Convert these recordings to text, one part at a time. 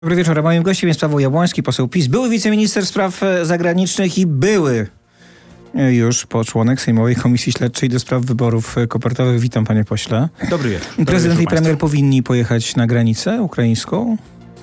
Dobry wieczór. Moim gościem jest Paweł Jabłoński, poseł PiS, były wiceminister spraw zagranicznych i były już członek Sejmowej Komisji Śledczej do spraw wyborów kopertowych. Witam, panie pośle. Dobry wieczór. Prezydent i premier powinni pojechać na granicę ukraińską?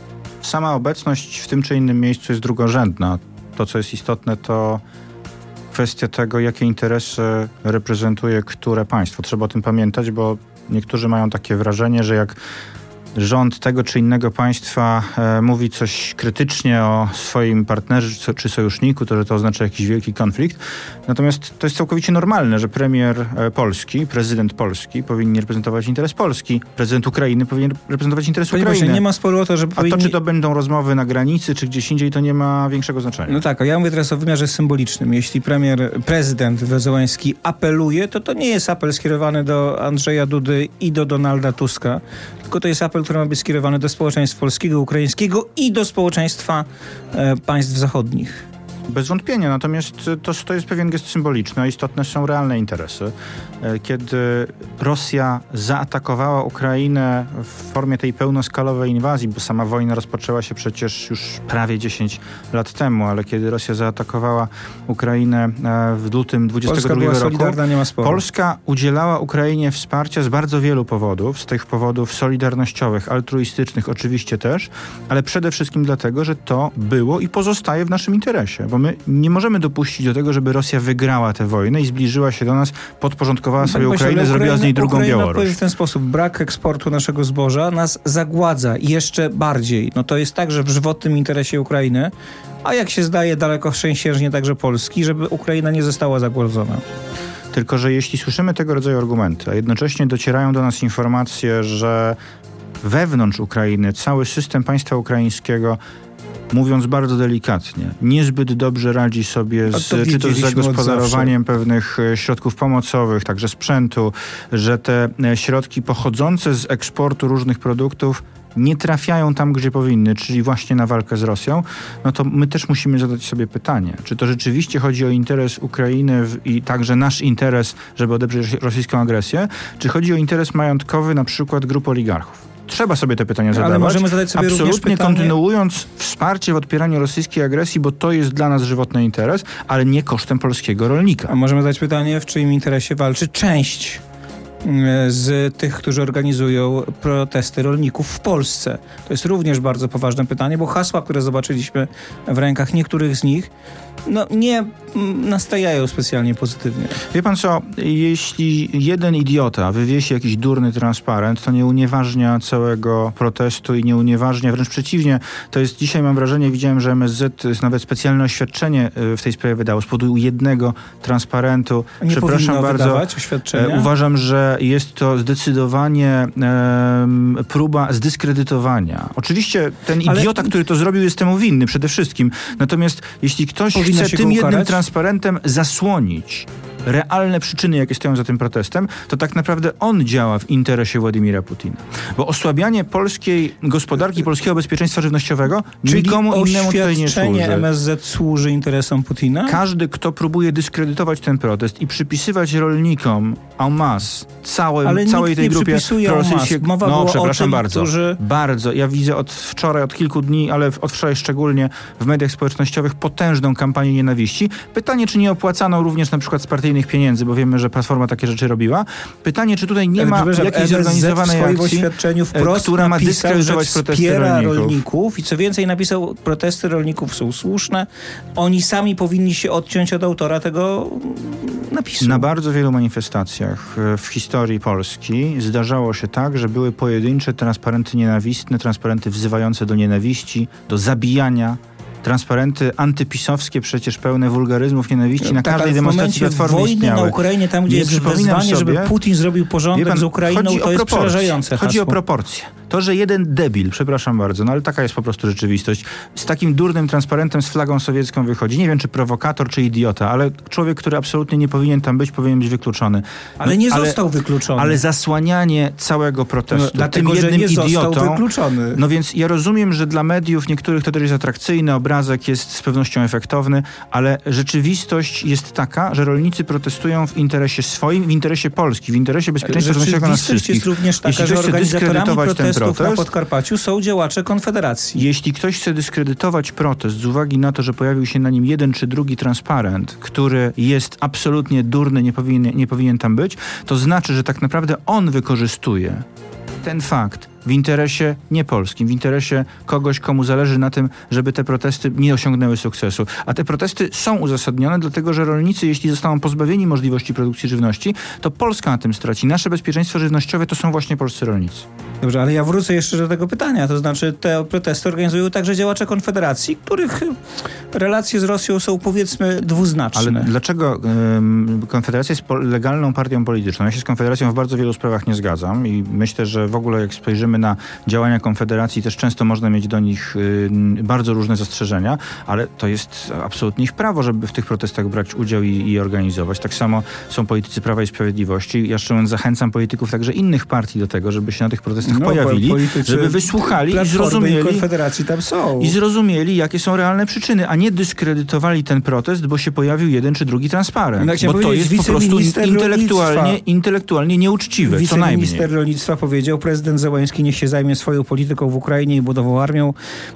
Sama obecność w tym czy innym miejscu jest drugorzędna. To, co jest istotne, to kwestia tego, jakie interesy reprezentuje które państwo. Trzeba o tym pamiętać, bo niektórzy mają takie wrażenie, że jak rząd tego czy innego państwa mówi coś krytycznie o swoim partnerze czy sojuszniku, to że to oznacza jakiś wielki konflikt. Natomiast to jest całkowicie normalne, że premier Polski, prezydent Polski powinien reprezentować interes Polski, prezydent Ukrainy powinien reprezentować interes Ukrainy. Właśnie, nie ma sporu o to, że A to, czy to będą rozmowy na granicy, czy gdzieś indziej, to nie ma większego znaczenia. No tak, a ja mówię teraz o wymiarze symbolicznym. Jeśli prezydent Zełenski apeluje, to nie jest apel skierowany do Andrzeja Dudy i do Donalda Tuska, tylko to jest apel, który ma być skierowany do społeczeństwa polskiego, ukraińskiego i do społeczeństwa państw zachodnich. Bez wątpienia, natomiast to jest pewien gest symboliczny, a istotne są realne interesy. Kiedy Rosja zaatakowała Ukrainę w formie tej pełnoskalowej inwazji, bo sama wojna rozpoczęła się przecież już prawie 10 lat temu, ale kiedy Rosja zaatakowała Ukrainę w lutym 22 była roku, solidarna, nie ma sporu. Polska udzielała Ukrainie wsparcia z bardzo wielu powodów, z tych powodów solidarnościowych, altruistycznych oczywiście też, ale przede wszystkim dlatego, że to było i pozostaje w naszym interesie. Bo my nie możemy dopuścić do tego, żeby Rosja wygrała tę wojnę i zbliżyła się do nas, podporządkowała sobie Ukrainę, zrobiła z niej drugą Białoruś. W ten sposób brak eksportu naszego zboża nas zagładza i jeszcze bardziej. No to jest także w żywotnym interesie Ukrainy, a jak się zdaje daleko szczęścieżnie także Polski, żeby Ukraina nie została zagłodzona. Tylko że jeśli słyszymy tego rodzaju argumenty, a jednocześnie docierają do nas informacje, że wewnątrz Ukrainy cały system państwa ukraińskiego, mówiąc bardzo delikatnie, niezbyt dobrze radzi sobie czy to z zagospodarowaniem pewnych środków pomocowych, także sprzętu, że te środki pochodzące z eksportu różnych produktów nie trafiają tam, gdzie powinny, czyli właśnie na walkę z Rosją, no to my też musimy zadać sobie pytanie, czy to rzeczywiście chodzi o interes Ukrainy i także nasz interes, żeby odeprzeć rosyjską agresję, czy chodzi o interes majątkowy na przykład grup oligarchów. Trzeba sobie te pytania zadawać. Ale możemy zadać sobie absolutnie kontynuując wsparcie w odpieraniu rosyjskiej agresji, bo to jest dla nas żywotny interes, ale nie kosztem polskiego rolnika. A możemy zadać pytanie, w czyim interesie walczy część z tych, którzy organizują protesty rolników w Polsce. To jest również bardzo poważne pytanie, bo hasła, które zobaczyliśmy w rękach niektórych z nich, nie nastajają specjalnie pozytywnie. Wie pan co, jeśli jeden idiota wywiesi jakiś durny transparent, to nie unieważnia całego protestu i nie unieważnia, wręcz przeciwnie, to jest dzisiaj, mam wrażenie, widziałem, że MSZ nawet specjalne oświadczenie w tej sprawie wydało z powodu jednego transparentu. Nie Przepraszam bardzo. Oświadczenia? Uważam, że jest to zdecydowanie próba zdyskredytowania. Oczywiście ten idiota, który to zrobił, jest temu winny przede wszystkim. Natomiast jeśli ktoś chce tym jednym transparentem zasłonić realne przyczyny, jakie stoją za tym protestem, to tak naprawdę on działa w interesie Władimira Putina. Bo osłabianie polskiej gospodarki, polskiego bezpieczeństwa żywnościowego nikomu innemu tutaj nie służy. Czy MSZ służy interesom Putina? Każdy, kto próbuje dyskredytować ten protest i przypisywać rolnikom en masse całej tej grupie prorosyjskiej... przepraszam bardzo. Bardzo. Ja widzę od wczoraj, od kilku dni, ale od wczoraj szczególnie w mediach społecznościowych potężną kampanię nienawiści. Pytanie, czy nie opłacano również na przykład z partyjnych pieniędzy, bo wiemy, że Platforma takie rzeczy robiła. Pytanie, czy tutaj nie ma jakiejś zorganizowanej akcji, która ma dyskredytować protesty rolników i co więcej napisał, protesty rolników są słuszne. Oni sami powinni się odciąć od autora tego napisu. Na bardzo wielu manifestacjach w historii Polski zdarzało się tak, że były pojedyncze transparenty nienawistne, transparenty wzywające do nienawiści, do zabijania, transparenty antypisowskie, przecież pełne wulgaryzmów, nienawiści na każdej demonstracji Platformy wojny istniały. Na Ukrainie, tam gdzie jest wezwanie, żeby Putin zrobił porządek z Ukrainą, to jest przerażające hasło. Chodzi o proporcje. To, że jeden debil, przepraszam bardzo, ale taka jest po prostu rzeczywistość, z takim durnym transparentem z flagą sowiecką wychodzi. Nie wiem, czy prowokator, czy idiota, ale człowiek, który absolutnie nie powinien tam być, powinien być wykluczony. Ale nie został wykluczony. Ale zasłanianie całego protestu dlatego, tym jednym że nie idiotą... został wykluczony. No więc ja rozumiem, że dla mediów niektórych to też jest atrakcyjne, obrazek jest z pewnością efektowny, ale rzeczywistość jest taka, że rolnicy protestują w interesie swoim, w interesie Polski, w interesie bezpieczeństwa żywnościowego nas wszystkich. Rzeczywistość jest również taka, że organizatorami protestów na Podkarpaciu są działacze Konfederacji. Jeśli ktoś chce dyskredytować protest z uwagi na to, że pojawił się na nim jeden czy drugi transparent, który jest absolutnie durny, nie powinien tam być, to znaczy, że tak naprawdę on wykorzystuje ten fakt w interesie nie polskim, w interesie kogoś, komu zależy na tym, żeby te protesty nie osiągnęły sukcesu. A te protesty są uzasadnione, dlatego że rolnicy, jeśli zostaną pozbawieni możliwości produkcji żywności, to Polska na tym straci. Nasze bezpieczeństwo żywnościowe to są właśnie polscy rolnicy. Dobrze, ale ja wrócę jeszcze do tego pytania. To znaczy te protesty organizują także działacze Konfederacji, których relacje z Rosją są, powiedzmy, dwuznaczne. Ale dlaczego Konfederacja jest legalną partią polityczną? Ja się z Konfederacją w bardzo wielu sprawach nie zgadzam i myślę, że w ogóle jak spojrzymy na działania Konfederacji, też często można mieć do nich bardzo różne zastrzeżenia, ale to jest absolutnie ich prawo, żeby w tych protestach brać udział i organizować. Tak samo są politycy Prawa i Sprawiedliwości. Ja szczerze mówiąc zachęcam polityków także innych partii do tego, żeby się na tych protestach pojawili, żeby wysłuchali i zrozumieli, jakie są realne przyczyny, a nie dyskredytowali ten protest, bo się pojawił jeden czy drugi transparent. Bo to jest po prostu intelektualnie nieuczciwe, co najmniej. Wiceminister rolnictwa powiedział, prezydent Zełański niech się zajmie swoją polityką w Ukrainie i budową armią,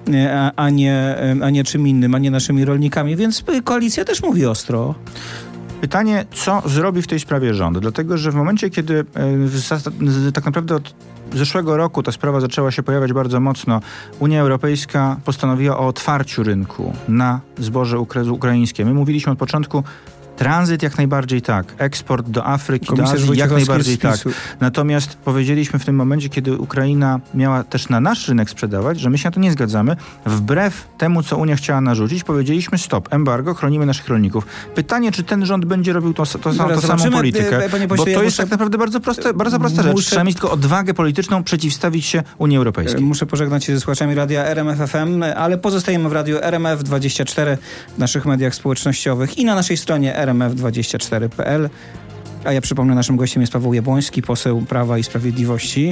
a nie czym innym, a nie naszymi rolnikami. Więc koalicja też mówi ostro. Pytanie, co zrobi w tej sprawie rząd? Dlatego, że w momencie, kiedy tak naprawdę od zeszłego roku ta sprawa zaczęła się pojawiać bardzo mocno, Unia Europejska postanowiła o otwarciu rynku na zboże ukraińskie. My mówiliśmy od początku, tranzyt jak najbardziej tak, eksport do Afryki, do Azji jak najbardziej tak. Natomiast powiedzieliśmy w tym momencie, kiedy Ukraina miała też na nasz rynek sprzedawać, że my się na to nie zgadzamy. Wbrew temu, co Unia chciała narzucić, powiedzieliśmy stop, embargo, chronimy naszych rolników. Pytanie, czy ten rząd będzie robił tą samą politykę, bo to jest tak naprawdę bardzo prosta rzecz. Trzeba mieć tylko odwagę polityczną przeciwstawić się Unii Europejskiej. Muszę pożegnać się ze słuchaczami radia RMF FM, ale pozostajemy w radiu RMF24, w naszych mediach społecznościowych i na naszej stronie rmf24.pl. A ja przypomnę, naszym gościem jest Paweł Jabłoński, poseł Prawa i Sprawiedliwości.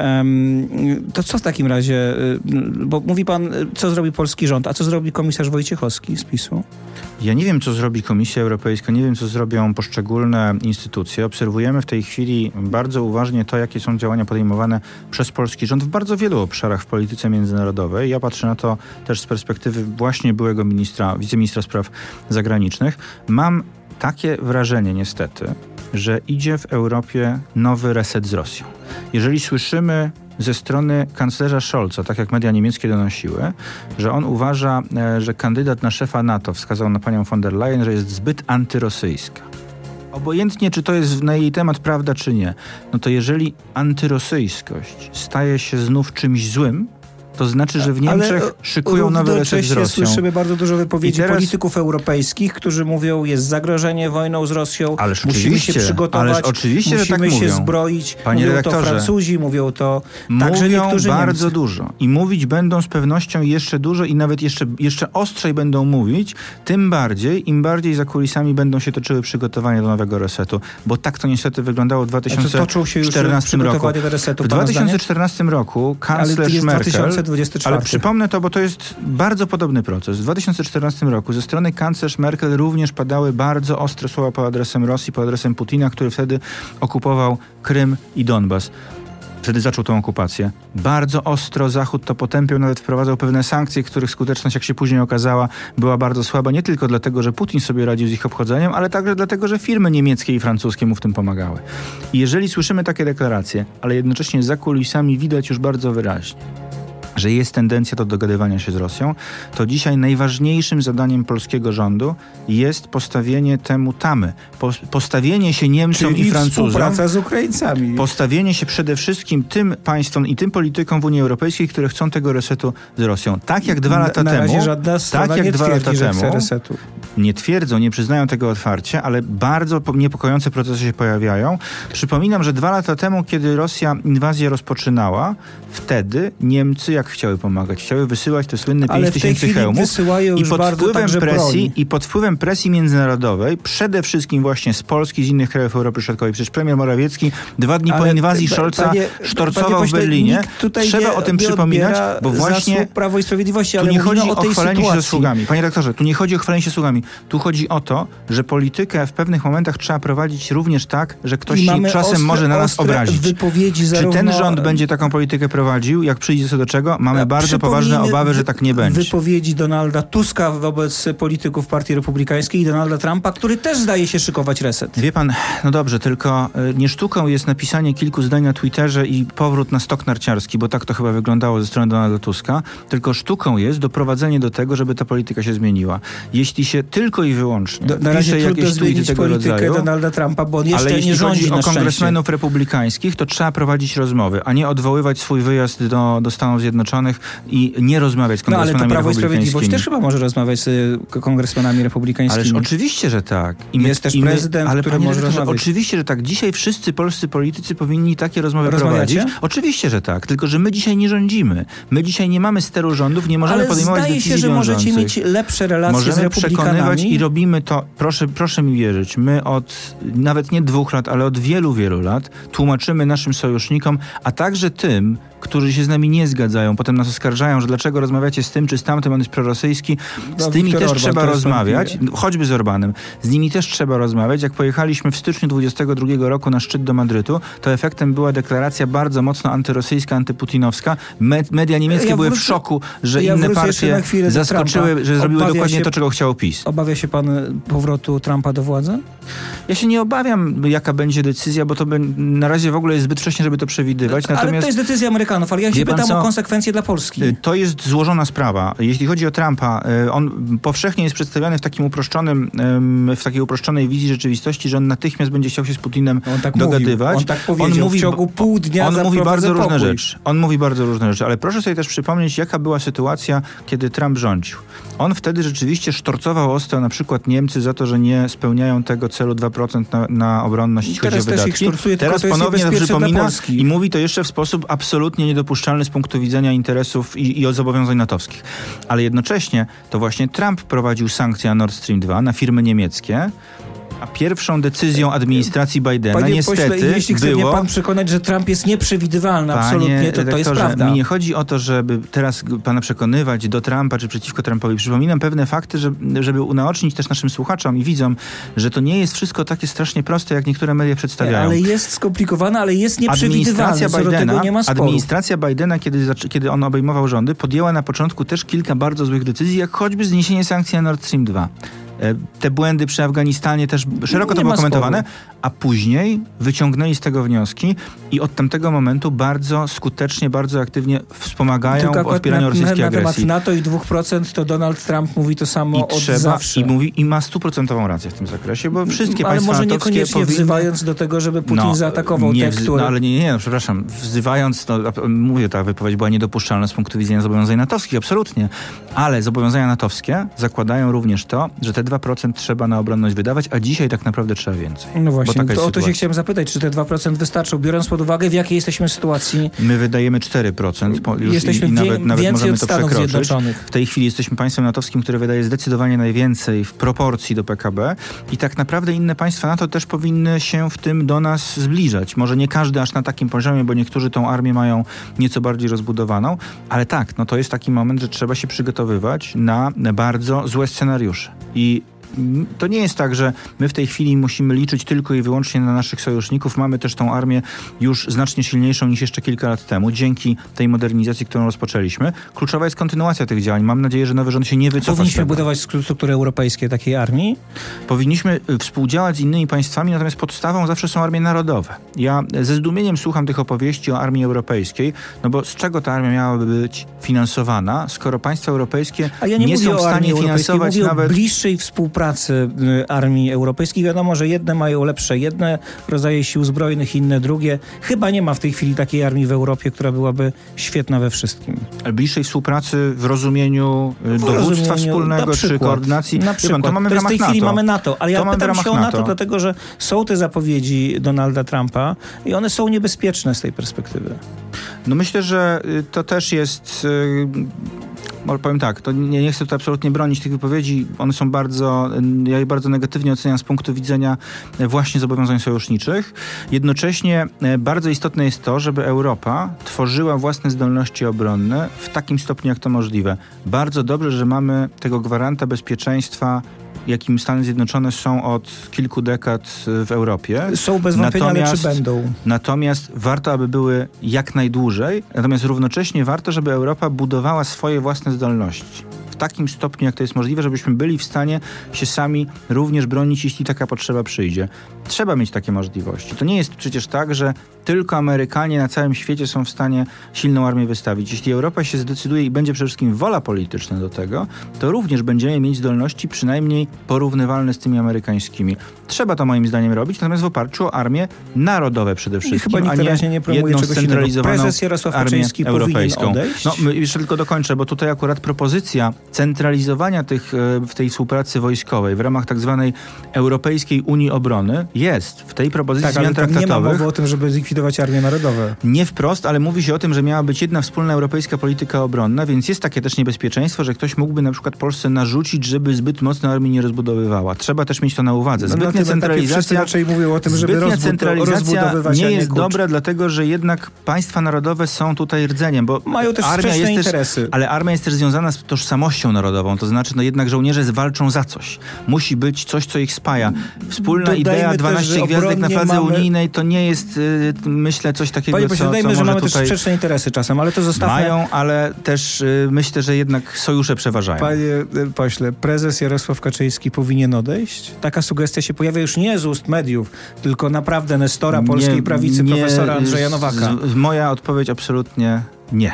To co w takim razie, bo mówi pan, co zrobi polski rząd, a co zrobi komisarz Wojciechowski z PiS-u? Ja nie wiem, co zrobi Komisja Europejska, nie wiem, co zrobią poszczególne instytucje. Obserwujemy w tej chwili bardzo uważnie to, jakie są działania podejmowane przez polski rząd w bardzo wielu obszarach w polityce międzynarodowej. Ja patrzę na to też z perspektywy właśnie byłego wiceministra spraw zagranicznych. Mam takie wrażenie niestety, że idzie w Europie nowy reset z Rosją. Jeżeli słyszymy ze strony kanclerza Scholza, tak jak media niemieckie donosiły, że on uważa, że kandydat na szefa NATO wskazał na panią von der Leyen, że jest zbyt antyrosyjska. Obojętnie, czy to jest na jej temat prawda, czy nie, no to jeżeli antyrosyjskość staje się znów czymś złym, to znaczy, że w Niemczech szykują nowy reset z Rosją. Słyszymy bardzo dużo wypowiedzi polityków europejskich, którzy mówią, jest zagrożenie wojną z Rosją, musimy się przygotować, musimy się zbroić. Panie mówią redaktorze, to Francuzi, mówią to także niektórzy bardzo Niemcy. Dużo. I mówić będą z pewnością jeszcze dużo i nawet jeszcze ostrzej będą mówić, tym bardziej, im bardziej za kulisami będą się toczyły przygotowania do nowego resetu. Bo tak to niestety wyglądało w 2014 roku. W 2014 roku kanclerz Merkel, ale przypomnę to, bo to jest bardzo podobny proces. W 2014 roku ze strony kanclerz Merkel również padały bardzo ostre słowa pod adresem Rosji, pod adresem Putina, który wtedy okupował Krym i Donbas. Wtedy zaczął tę okupację. Bardzo ostro Zachód to potępiał, nawet wprowadzał pewne sankcje, których skuteczność, jak się później okazała, była bardzo słaba. Nie tylko dlatego, że Putin sobie radził z ich obchodzeniem, ale także dlatego, że firmy niemieckie i francuskie mu w tym pomagały. I jeżeli słyszymy takie deklaracje, ale jednocześnie za kulisami widać już bardzo wyraźnie, że jest tendencja do dogadywania się z Rosją, to dzisiaj najważniejszym zadaniem polskiego rządu jest postawienie temu tamy. Postawienie się Niemcom i Francuzom. Współpraca z Ukraińcami. Postawienie się przede wszystkim tym państwom i tym politykom w Unii Europejskiej, które chcą tego resetu z Rosją. Tak jak 2 lata temu. Na razie żadna strona nie twierdzi, że chce resetu. Nie twierdzą, nie przyznają tego otwarcie, ale bardzo niepokojące procesy się pojawiają. Przypominam, że 2 lata temu, kiedy Rosja inwazję rozpoczynała, wtedy Niemcy, jak tak chciały pomagać. Chciały wysyłać te słynne 5 tysięcy hełmów i pod wpływem presji międzynarodowej, przede wszystkim właśnie z Polski, z innych krajów Europy Środkowej. Przecież premier Morawiecki 2 dni po inwazji Scholza sztorcował w Berlinie. Trzeba o tym przypominać, bo właśnie Prawo i Sprawiedliwości, ale tu nie chodzi o tej chwalenie sytuacji. się zasługami. Panie redaktorze, tu nie chodzi o chwalenie się zasługami. Tu chodzi o to, że politykę w pewnych momentach trzeba prowadzić również tak, że ktoś się czasem może na nas obrazić. Czy ten rząd będzie taką politykę prowadził, jak przyjdzie co do czego? Mamy bardzo poważne obawy, że tak nie będzie. Wypowiedzi Donalda Tuska wobec polityków Partii Republikańskiej i Donalda Trumpa, który też zdaje się szykować reset. Wie pan, no dobrze, tylko nie sztuką jest napisanie kilku zdań na Twitterze i powrót na stok narciarski, bo tak to chyba wyglądało ze strony Donalda Tuska, tylko sztuką jest doprowadzenie do tego, żeby ta polityka się zmieniła. Jeśli się tylko i wyłącznie na razie trudno zmienić tego politykę rodzaju, Donalda Trumpa, bo on jeszcze nie rządzi, ale jeśli chodzi o kongresmenów republikańskich, to trzeba prowadzić rozmowy, a nie odwoływać swój wyjazd do Stanów Zjednoczonych i nie rozmawiać z kongresmenami ale to Prawo i republikańskimi. Sprawiedliwość też chyba może rozmawiać z kongresmenami republikańskimi. Ależ oczywiście, że tak. Jest też prezydent, który może rozmawiać. Oczywiście, że tak. Dzisiaj wszyscy polscy politycy powinni takie rozmowy prowadzić. Oczywiście, że tak. Tylko, że my dzisiaj nie rządzimy. My dzisiaj nie mamy steru rządów, nie możemy podejmować decyzji zdaje się, że wiążących. możecie mieć lepsze relacje możemy z republikanami. Przekonywać i robimy to, proszę mi wierzyć, my od nawet nie 2 lat, ale od wielu, wielu lat tłumaczymy naszym sojusznikom, a także tym, którzy się z nami nie zgadzają, potem nas oskarżają, że dlaczego rozmawiacie z tym czy z tamtym, on jest prorosyjski. Z tymi też trzeba rozmawiać, choćby z Orbanem. Z nimi też trzeba rozmawiać. Jak pojechaliśmy w styczniu 2022 roku na szczyt do Madrytu, to efektem była deklaracja bardzo mocno antyrosyjska, antyputinowska. Media niemieckie były w szoku, że inne partie zaskoczyły, że zrobiły dokładnie to, czego chciał PiS. Obawia się pan powrotu Trumpa do władzy? Ja się nie obawiam, jaka będzie decyzja, bo to na razie w ogóle jest zbyt wcześnie, żeby to przewidywać. Ale to jest decyzja Amerykanów, ale ja się pytam o konsekwencje dla Polski. To jest złożona sprawa. Jeśli chodzi o Trumpa, on powszechnie jest przedstawiany w takiej uproszczonej wizji rzeczywistości, że on natychmiast będzie chciał się z Putinem dogadywać. On tak powiedział, w ciągu pół dnia on mówi bardzo różne rzeczy. On mówi bardzo różne rzeczy, ale proszę sobie też przypomnieć, jaka była sytuacja, kiedy Trump rządził. On wtedy rzeczywiście sztorcował ostro na przykład Niemcy za to, że nie spełniają tego celu 2% na obronność, jeśli chodzi o wydatki. Teraz ponownie to przypomina i mówi to jeszcze w sposób absolutnie niedopuszczalny z punktu widzenia interesów i zobowiązań natowskich. Ale jednocześnie to właśnie Trump prowadził sankcje na Nord Stream 2 na firmy niemieckie, a pierwszą decyzją administracji Bidena niestety jeśli chce mnie pan przekonać, że Trump jest nieprzewidywalny, absolutnie, to jest prawda. Mi nie chodzi o to, żeby teraz pana przekonywać do Trumpa czy przeciwko Trumpowi. Przypominam pewne fakty, żeby unaocznić też naszym słuchaczom i widzom, że to nie jest wszystko takie strasznie proste, jak niektóre media przedstawiają. Ale jest skomplikowane, ale jest nieprzewidywalne. Co do tego nie ma sporu. Administracja Bidena, kiedy on obejmował rządy, podjęła na początku też kilka bardzo złych decyzji, jak choćby zniesienie sankcji na Nord Stream 2. Te błędy przy Afganistanie też szeroko to było komentowane, a później wyciągnęli z tego wnioski i od tamtego momentu bardzo skutecznie, bardzo aktywnie wspomagają w odpieraniu rosyjskiej agresji. Na temat NATO i 2% to Donald Trump mówi to samo od zawsze. I ma 100% rację w tym zakresie, bo wszystkie państwa może natowskie niekoniecznie wzywając do tego, żeby Putin zaatakował te, które... ale przepraszam, wzywając, mówię, ta wypowiedź była niedopuszczalna z punktu widzenia zobowiązań natowskich, absolutnie, ale zobowiązania natowskie zakładają również to, że te 2% trzeba na obronność wydawać, a dzisiaj tak naprawdę trzeba więcej. No właśnie, o to się chciałem zapytać, czy te 2% wystarczą, biorąc pod uwagę, w jakiej jesteśmy sytuacji. My wydajemy 4%, już jesteśmy i nawet możemy od to Stanów przekroczyć. Zjednoczonych. W tej chwili jesteśmy państwem natowskim, które wydaje zdecydowanie najwięcej w proporcji do PKB i tak naprawdę inne państwa NATO też powinny się w tym do nas zbliżać. Może nie każdy aż na takim poziomie, bo niektórzy tą armię mają nieco bardziej rozbudowaną, ale tak, to jest taki moment, że trzeba się przygotowywać na bardzo złe scenariusze. I to nie jest tak, że my w tej chwili musimy liczyć tylko i wyłącznie na naszych sojuszników. Mamy też tą armię już znacznie silniejszą niż jeszcze kilka lat temu, dzięki tej modernizacji, którą rozpoczęliśmy. Kluczowa jest kontynuacja tych działań. Mam nadzieję, że nowy rząd się nie wycofa. Powinniśmy budować struktury europejskie takiej armii? Powinniśmy współdziałać z innymi państwami, natomiast podstawą zawsze są armie narodowe. Ja ze zdumieniem słucham tych opowieści o armii europejskiej, bo z czego ta armia miałaby być finansowana, skoro państwa europejskie nie są w stanie finansować mówię nawet... o bliższej współpracy współpracy armii europejskich. Wiadomo, że jedne mają lepsze jedne rodzaje sił zbrojnych, inne drugie. Chyba nie ma w tej chwili takiej armii w Europie, która byłaby świetna we wszystkim. Bliższej współpracy w rozumieniu dowództwa wspólnego czy koordynacji? Na przykład. To mamy w ramach tej chwili mamy NATO, ale ja pytam się o NATO, dlatego że są te zapowiedzi Donalda Trumpa i one są niebezpieczne z tej perspektywy. No myślę, że to też jest... Powiem tak, to nie chcę tutaj absolutnie bronić tych wypowiedzi. One są ja je bardzo negatywnie oceniam z punktu widzenia właśnie zobowiązań sojuszniczych. Jednocześnie bardzo istotne jest to, żeby Europa tworzyła własne zdolności obronne w takim stopniu, jak to możliwe. Bardzo dobrze, że mamy tego gwaranta bezpieczeństwa, jakim Stany Zjednoczone są od kilku dekad w Europie. Są bez wątpienia, ale czy będą? Natomiast warto, aby były jak najdłużej, natomiast równocześnie warto, żeby Europa budowała swoje własne zdolności. W takim stopniu, jak to jest możliwe, żebyśmy byli w stanie się sami również bronić, jeśli taka potrzeba przyjdzie. Trzeba mieć takie możliwości. To nie jest przecież tak, że tylko Amerykanie na całym świecie są w stanie silną armię wystawić. Jeśli Europa się zdecyduje i będzie przede wszystkim wola polityczna do tego, to również będziemy mieć zdolności przynajmniej porównywalne z tymi amerykańskimi. Trzeba to moim zdaniem robić, natomiast w oparciu o armię narodowe przede wszystkim, chyba nikt nie promuje jedną czegoś scentralizowaną Prezes Jarosław Kaczyński europejską. Powinien odejść? No, jeszcze tylko dokończę, bo tutaj akurat propozycja centralizowania w tej współpracy wojskowej w ramach tak zwanej Europejskiej Unii Obrony jest w tej propozycji zmian traktatowych. Nie ma mowy o tym, żeby zlikwidować armię narodową. Nie wprost, ale mówi się o tym, że miała być jedna wspólna europejska polityka obronna, więc jest takie też niebezpieczeństwo, że ktoś mógłby na przykład Polsce narzucić, żeby zbyt mocno armii nie rozbudowywała. Trzeba też mieć to na uwadze. Zbytnia centralizacja raczej mówią o tym, żeby rozbudowywać, nie jest dobra, dlatego że jednak państwa narodowe są tutaj rdzeniem, bo mają też sprzeczne interesy. Ale armia jest też związana z tożsamością narodową, to znaczy jednak żołnierze walczą za coś. Musi być coś, co ich spaja. Wspólna idea 12 gwiazdek na fladze unijnej to nie jest, myślę, coś takiego, Panie co dajmy, że mamy tutaj też sprzeczne interesy czasem, ale to zostawmy. Mają, ale też myślę, że jednak sojusze przeważają. Panie pośle, prezes Jarosław Kaczyński powinien odejść? Taka sugestia się pojawia już nie z ust mediów, tylko naprawdę nestora polskiej prawicy, profesora Andrzeja Nowaka. Moja odpowiedź absolutnie nie.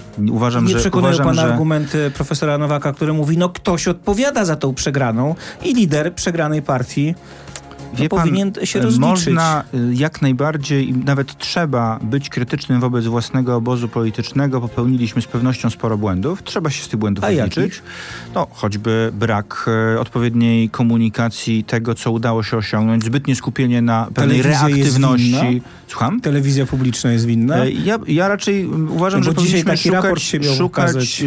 Nie przekonują pana argumenty profesora Nowaka, który mówi, ktoś odpowiada za tą przegraną i lider przegranej partii powinien się rozliczyć. Można jak najbardziej i nawet trzeba być krytycznym wobec własnego obozu politycznego. Popełniliśmy z pewnością sporo błędów. Trzeba się z tych błędów rozliczyć. Choćby brak odpowiedniej komunikacji tego, co udało się osiągnąć, zbytnie skupienie na pewnej reaktywności. Słucham? Telewizja publiczna jest winna? Ja raczej uważam, że powinniśmy szukać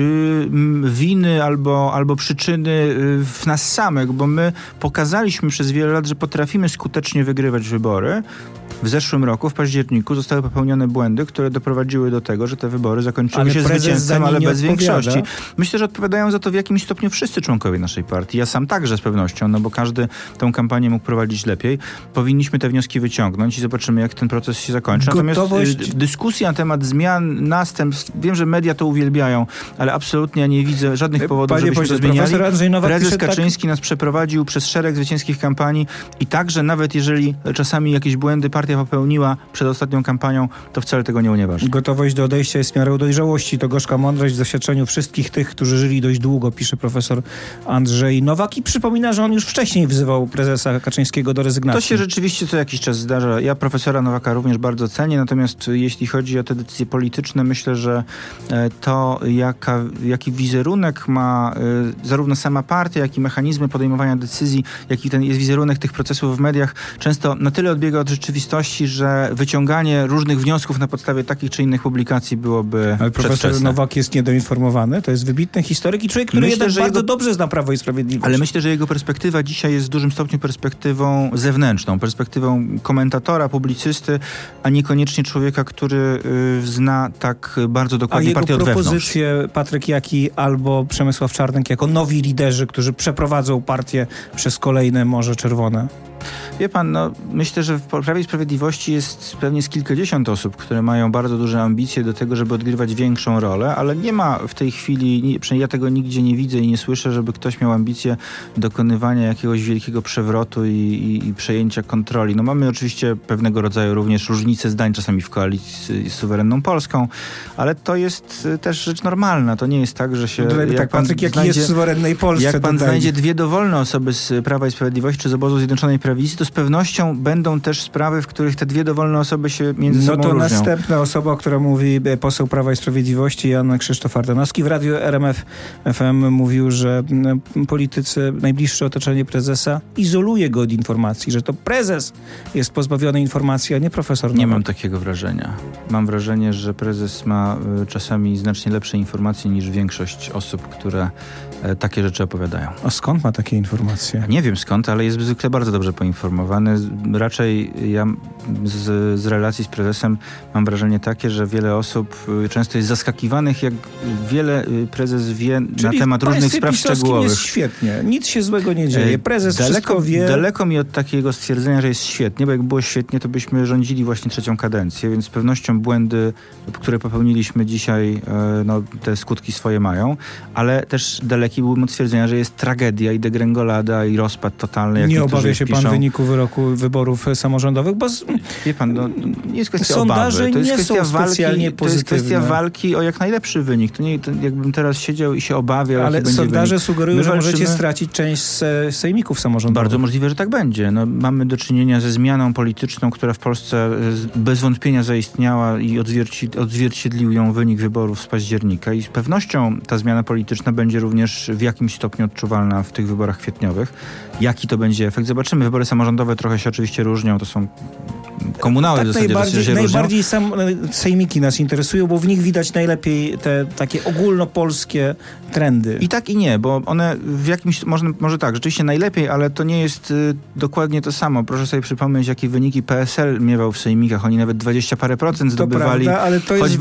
winy albo przyczyny w nas samych, bo my pokazaliśmy przez wiele lat, że potrafimy skutecznie wygrywać wybory. W zeszłym roku, w październiku, zostały popełnione błędy, które doprowadziły do tego, że te wybory zakończyły się zwycięstwem, ale bez większości. Myślę, że odpowiadają za to w jakimś stopniu wszyscy członkowie naszej partii. Ja sam także z pewnością, bo każdy tę kampanię mógł prowadzić lepiej. Powinniśmy te wnioski wyciągnąć i zobaczymy, jak ten proces się zakończy. Natomiast dyskusja na temat zmian, następstw, wiem, że media to uwielbiają, ale absolutnie ja nie widzę żadnych powodów, żebyśmy to zmieniali. Prezes Kaczyński nas przeprowadził przez szereg zwycięskich kampanii i także nawet jeżeli czasami jakieś błędy partia popełniła przed ostatnią kampanią, to wcale tego nie unieważni. Gotowość do odejścia jest miarą dojrzałości. To gorzka mądrość w doświadczeniu wszystkich tych, którzy żyli dość długo, pisze profesor Andrzej Nowak i przypomina, że on już wcześniej wzywał prezesa Kaczyńskiego do rezygnacji. To się rzeczywiście co jakiś czas zdarza. Ja profesora Nowaka również bardzo cenię, natomiast jeśli chodzi o te decyzje polityczne, myślę, że to jaki wizerunek ma zarówno sama partia, jak i mechanizmy podejmowania decyzji, jaki jest wizerunek tych procesów w mediach, często na tyle odbiega od rzeczywistości, że wyciąganie różnych wniosków na podstawie takich czy innych publikacji byłoby Ale profesor Nowak jest niedoinformowany. To jest wybitny historyk i człowiek, który bardzo dobrze zna Prawo i Sprawiedliwość. Ale myślę, że jego perspektywa dzisiaj jest w dużym stopniu perspektywą zewnętrzną, perspektywą komentatora, publicysty, a niekoniecznie człowieka, który zna tak bardzo dokładnie partię od wewnątrz. A jego propozycje Patryk Jaki albo Przemysław Czarnek jako nowi liderzy, którzy przeprowadzą partię przez kolejne Morze Czerwone? Wie pan, myślę, że w Prawie i Sprawiedliwości jest pewnie z kilkadziesiąt osób, które mają bardzo duże ambicje do tego, żeby odgrywać większą rolę, ale nie ma w tej chwili, przynajmniej ja tego nigdzie nie widzę i nie słyszę, żeby ktoś miał ambicje dokonywania jakiegoś wielkiego przewrotu i przejęcia kontroli. Mamy oczywiście pewnego rodzaju również różnice zdań czasami w koalicji z suwerenną Polską, ale to jest też rzecz normalna. To nie jest tak, że się... Patryk, jaki jest w suwerennej Polsce? Jak pan znajdzie dwie dowolne osoby z Prawa i Sprawiedliwości czy z obozu Zjednoczonej Prawicy, to z pewnością będą też sprawy, w których te dwie dowolne osoby się między sobą różnią. Następna osoba, o której mówi poseł Prawa i Sprawiedliwości, Jan Krzysztof Ardanowski, w radiu RMF FM mówił, że politycy, najbliższe otoczenie prezesa izoluje go od informacji, że to prezes jest pozbawiony informacji, a nie profesor Nowak. Nie mam takiego wrażenia. Mam wrażenie, że prezes ma czasami znacznie lepsze informacje niż większość osób, które takie rzeczy opowiadają. A skąd ma takie informacje? Nie wiem skąd, ale jest zwykle bardzo dobrze poinformowany. Raczej ja z relacji z prezesem mam wrażenie takie, że wiele osób często jest zaskakiwanych, jak wiele prezes wie na temat różnych spraw szczegółowych. Jest świetnie. Nic się złego nie dzieje. Prezes wszystko wie. Daleko mi od takiego stwierdzenia, że jest świetnie, bo jak było świetnie, to byśmy rządzili właśnie trzecią kadencję, więc z pewnością błędy, które popełniliśmy dzisiaj, te skutki swoje mają, ale też daleki byłem od stwierdzenia, że jest tragedia i degrengolada i rozpad totalny. Jak nie obawia się pan wyniku wyborów samorządowych? Bo wie pan, nie jest kwestia sondaże obawy. To jest kwestia walki, to jest kwestia walki o jak najlepszy wynik. To nie, jakbym teraz siedział i się obawiał, ale jaki sondaże będzie sugerują, że możecie stracić część sejmików samorządowych. Bardzo możliwe, że tak będzie. Mamy do czynienia ze zmianą polityczną, która w Polsce bez wątpienia zaistniała i odzwierciedlił ją wynik wyborów z października i z pewnością ta zmiana polityczna będzie również w jakimś stopniu odczuwalna w tych wyborach kwietniowych. Jaki to będzie efekt? Zobaczymy. Wybory samorządowe trochę się oczywiście różnią. To są komunały w zasadzie najbardziej sejmiki nas interesują, bo w nich widać najlepiej te takie ogólnopolskie trendy. I tak i nie, bo one w jakimś, może tak, rzeczywiście najlepiej, ale to nie jest dokładnie to samo. Proszę sobie przypomnieć, jakie wyniki PSL miewał w sejmikach. Oni nawet 20 parę procent zdobywali. To prawda, ale to jest,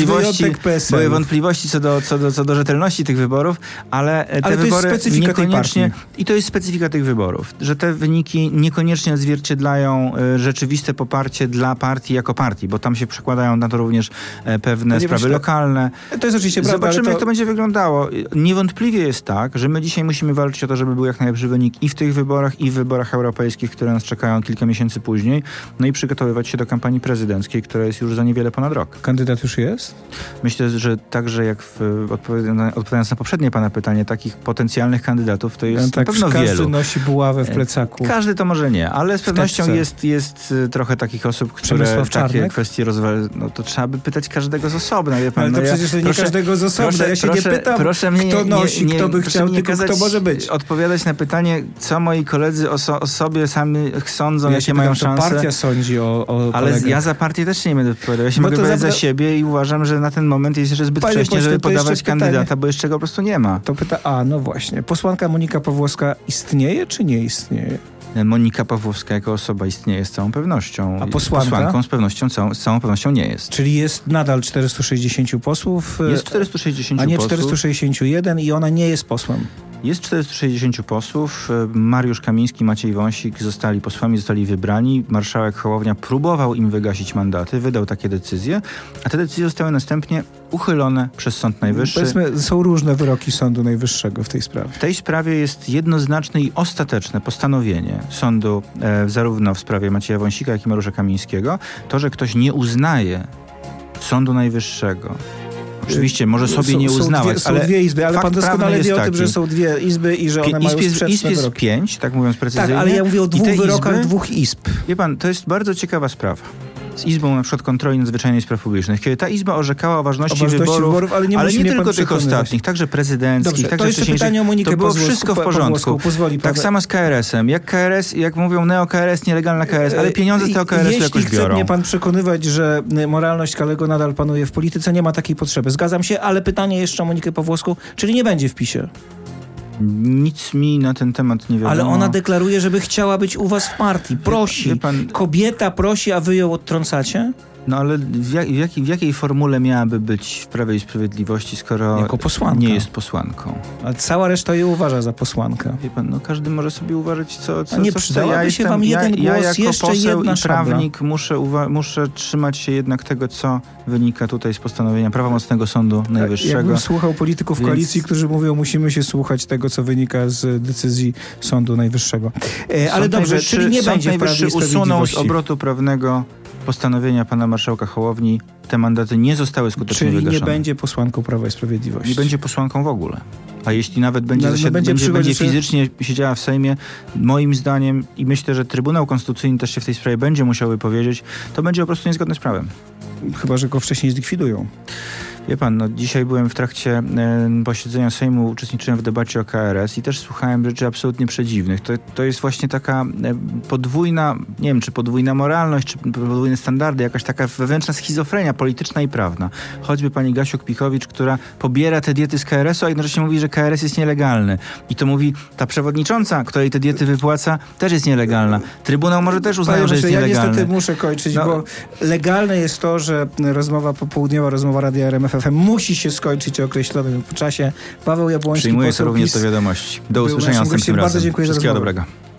były wątpliwości co do rzetelności tych wyborów, ale te wybory niekoniecznie... I to jest specyfika tych wyborów, że te wyniki niekoniecznie odzwierciedlają rzeczywiste poparcie dla partii jako partii, bo tam się przekładają na to również pewne sprawy lokalne. To jest oczywiście prawda. Zobaczymy, jak to będzie wyglądało. Niewątpliwie jest tak, że my dzisiaj musimy walczyć o to, żeby był jak najlepszy wynik i w tych wyborach, i w wyborach europejskich, które nas czekają kilka miesięcy później, i przygotowywać się do kampanii prezydenckiej, która jest już za niewiele ponad rok. Kandydat już jest? Myślę, że także jak odpowiadając na poprzednie pana pytanie, takich potencjalnych kandydatów to jest na pewno wielu. Każdy nosi buławę w plecaku. Każdy to może nie, ale z pewnością jest trochę takich osób, które takie kwestie rozważają. To trzeba by pytać każdego z osobna, wie pan. Ale to przecież nie każdego z osobna. Ja się nie pytam, kto nosi, kto by chciał, tylko kto może być. Odpowiadać na pytanie, co moi koledzy o sobie sami sądzą, jakie mają szanse. Partia sądzi o ale kolegach. Ja za partię też nie będę odpowiadał. Ja się mogę powiedzieć za siebie i uważam, że na ten moment jest jeszcze zbyt wcześnie, żeby podawać kandydata, bo jeszcze go po prostu nie ma. To no właśnie. Posłanka Monika Pawłowska istnieje, czy nie istnieje? Monika Pawłowska jako osoba istnieje z całą pewnością. A posłanką z całą pewnością nie jest. Czyli jest nadal 460 posłów? Jest 460 posłów. A nie 461 i ona nie jest posłem. Jest 460 posłów. Mariusz Kamiński, Maciej Wąsik zostali posłami, zostali wybrani. Marszałek Hołownia próbował im wygasić mandaty, wydał takie decyzje, a te decyzje zostały następnie uchylone przez Sąd Najwyższy. Powiedzmy, są różne wyroki Sądu Najwyższego w tej sprawie. W tej sprawie jest jednoznaczne i ostateczne postanowienie sądu zarówno w sprawie Macieja Wąsika, jak i Mariusza Kamińskiego. To, że ktoś nie uznaje Sądu Najwyższego, oczywiście może sobie nie uznawać, są dwie izby, ale pan doskonale wie o tym, że są dwie izby i że one mają sprzeczne izb jest wyroki. 5, tak mówiąc precyzyjnie. Tak, ale ja mówię o dwóch wyrokach dwóch izb. Wie pan, to jest bardzo ciekawa sprawa. Z Izbą na przykład Kontroli Nadzwyczajnej Spraw Publicznych, kiedy ta Izba orzekała o ważności wyborów, ale nie tylko tych ostatnich, także prezydenckich, także wcześniejszych. To było wszystko w porządku. Tak samo z KRS-em. Jak mówią neo-KRS, nielegalna KRS, ale pieniądze z tego KRS-u jakoś biorą. Jeśli chce mnie pan przekonywać, że moralność Kalego nadal panuje w polityce, nie ma takiej potrzeby. Zgadzam się, ale pytanie jeszcze o Monikę Pawłowską, czyli nie będzie w PiS-ie. Nic mi na ten temat nie wiadomo. Ale ona deklaruje, żeby chciała być u was w partii. Prosi. Kobieta prosi, a wy ją odtrącacie? No ale w jakiej formule miałaby być w Prawie i Sprawiedliwości, skoro Jako posłanka. nie jest posłanką? A cała reszta jej uważa za posłankę. Wie pan, no każdy może sobie uważać, co nie chce. przydałaby się wam jeden głos, ja jako jeszcze poseł jedna i prawnik szabla. muszę trzymać się jednak tego, co wynika tutaj z postanowienia prawomocnego Sądu Najwyższego. Jakbym słuchał polityków koalicji, którzy mówią, musimy się słuchać tego, co wynika z decyzji Sądu Najwyższego. Ale dobrze, czyli nie będzie w Prawie i Sprawiedliwości. Usunął z obrotu prawnego postanowienia pana marszałka Hołowni. Te mandaty nie zostały skutecznie wygaszone. Czyli nie będzie posłanką Prawa i Sprawiedliwości. Nie będzie posłanką w ogóle. A jeśli nawet będzie, będzie fizycznie siedziała w Sejmie, moim zdaniem, i myślę, że Trybunał Konstytucyjny też się w tej sprawie będzie musiał wypowiedzieć, to będzie po prostu niezgodne z prawem. Chyba że go wcześniej zlikwidują. Wie pan, no dzisiaj byłem w trakcie posiedzenia Sejmu, uczestniczyłem w debacie o KRS i też słuchałem rzeczy absolutnie przedziwnych. To jest właśnie taka podwójna, nie wiem, czy podwójna moralność, czy podwójne standardy, jakaś taka wewnętrzna schizofrenia polityczna i prawna. Choćby pani Gasiuk-Pikowicz, która pobiera te diety z KRS-u, a jednocześnie mówi, że KRS jest nielegalny. I to mówi ta przewodnicząca, której te diety wypłaca, też jest nielegalna. Trybunał może też uznaje, że jest nielegalny. Ja niestety muszę kończyć, bo legalne jest to, że popołudniowa rozmowa Radia RMF FM musi się skończyć o określonym czasie. Paweł Jabłoński, przyjmuję to również do wiadomości. Do usłyszenia następnym razem. Bardzo dziękuję za rozmowę. Wszystkiego dobrego.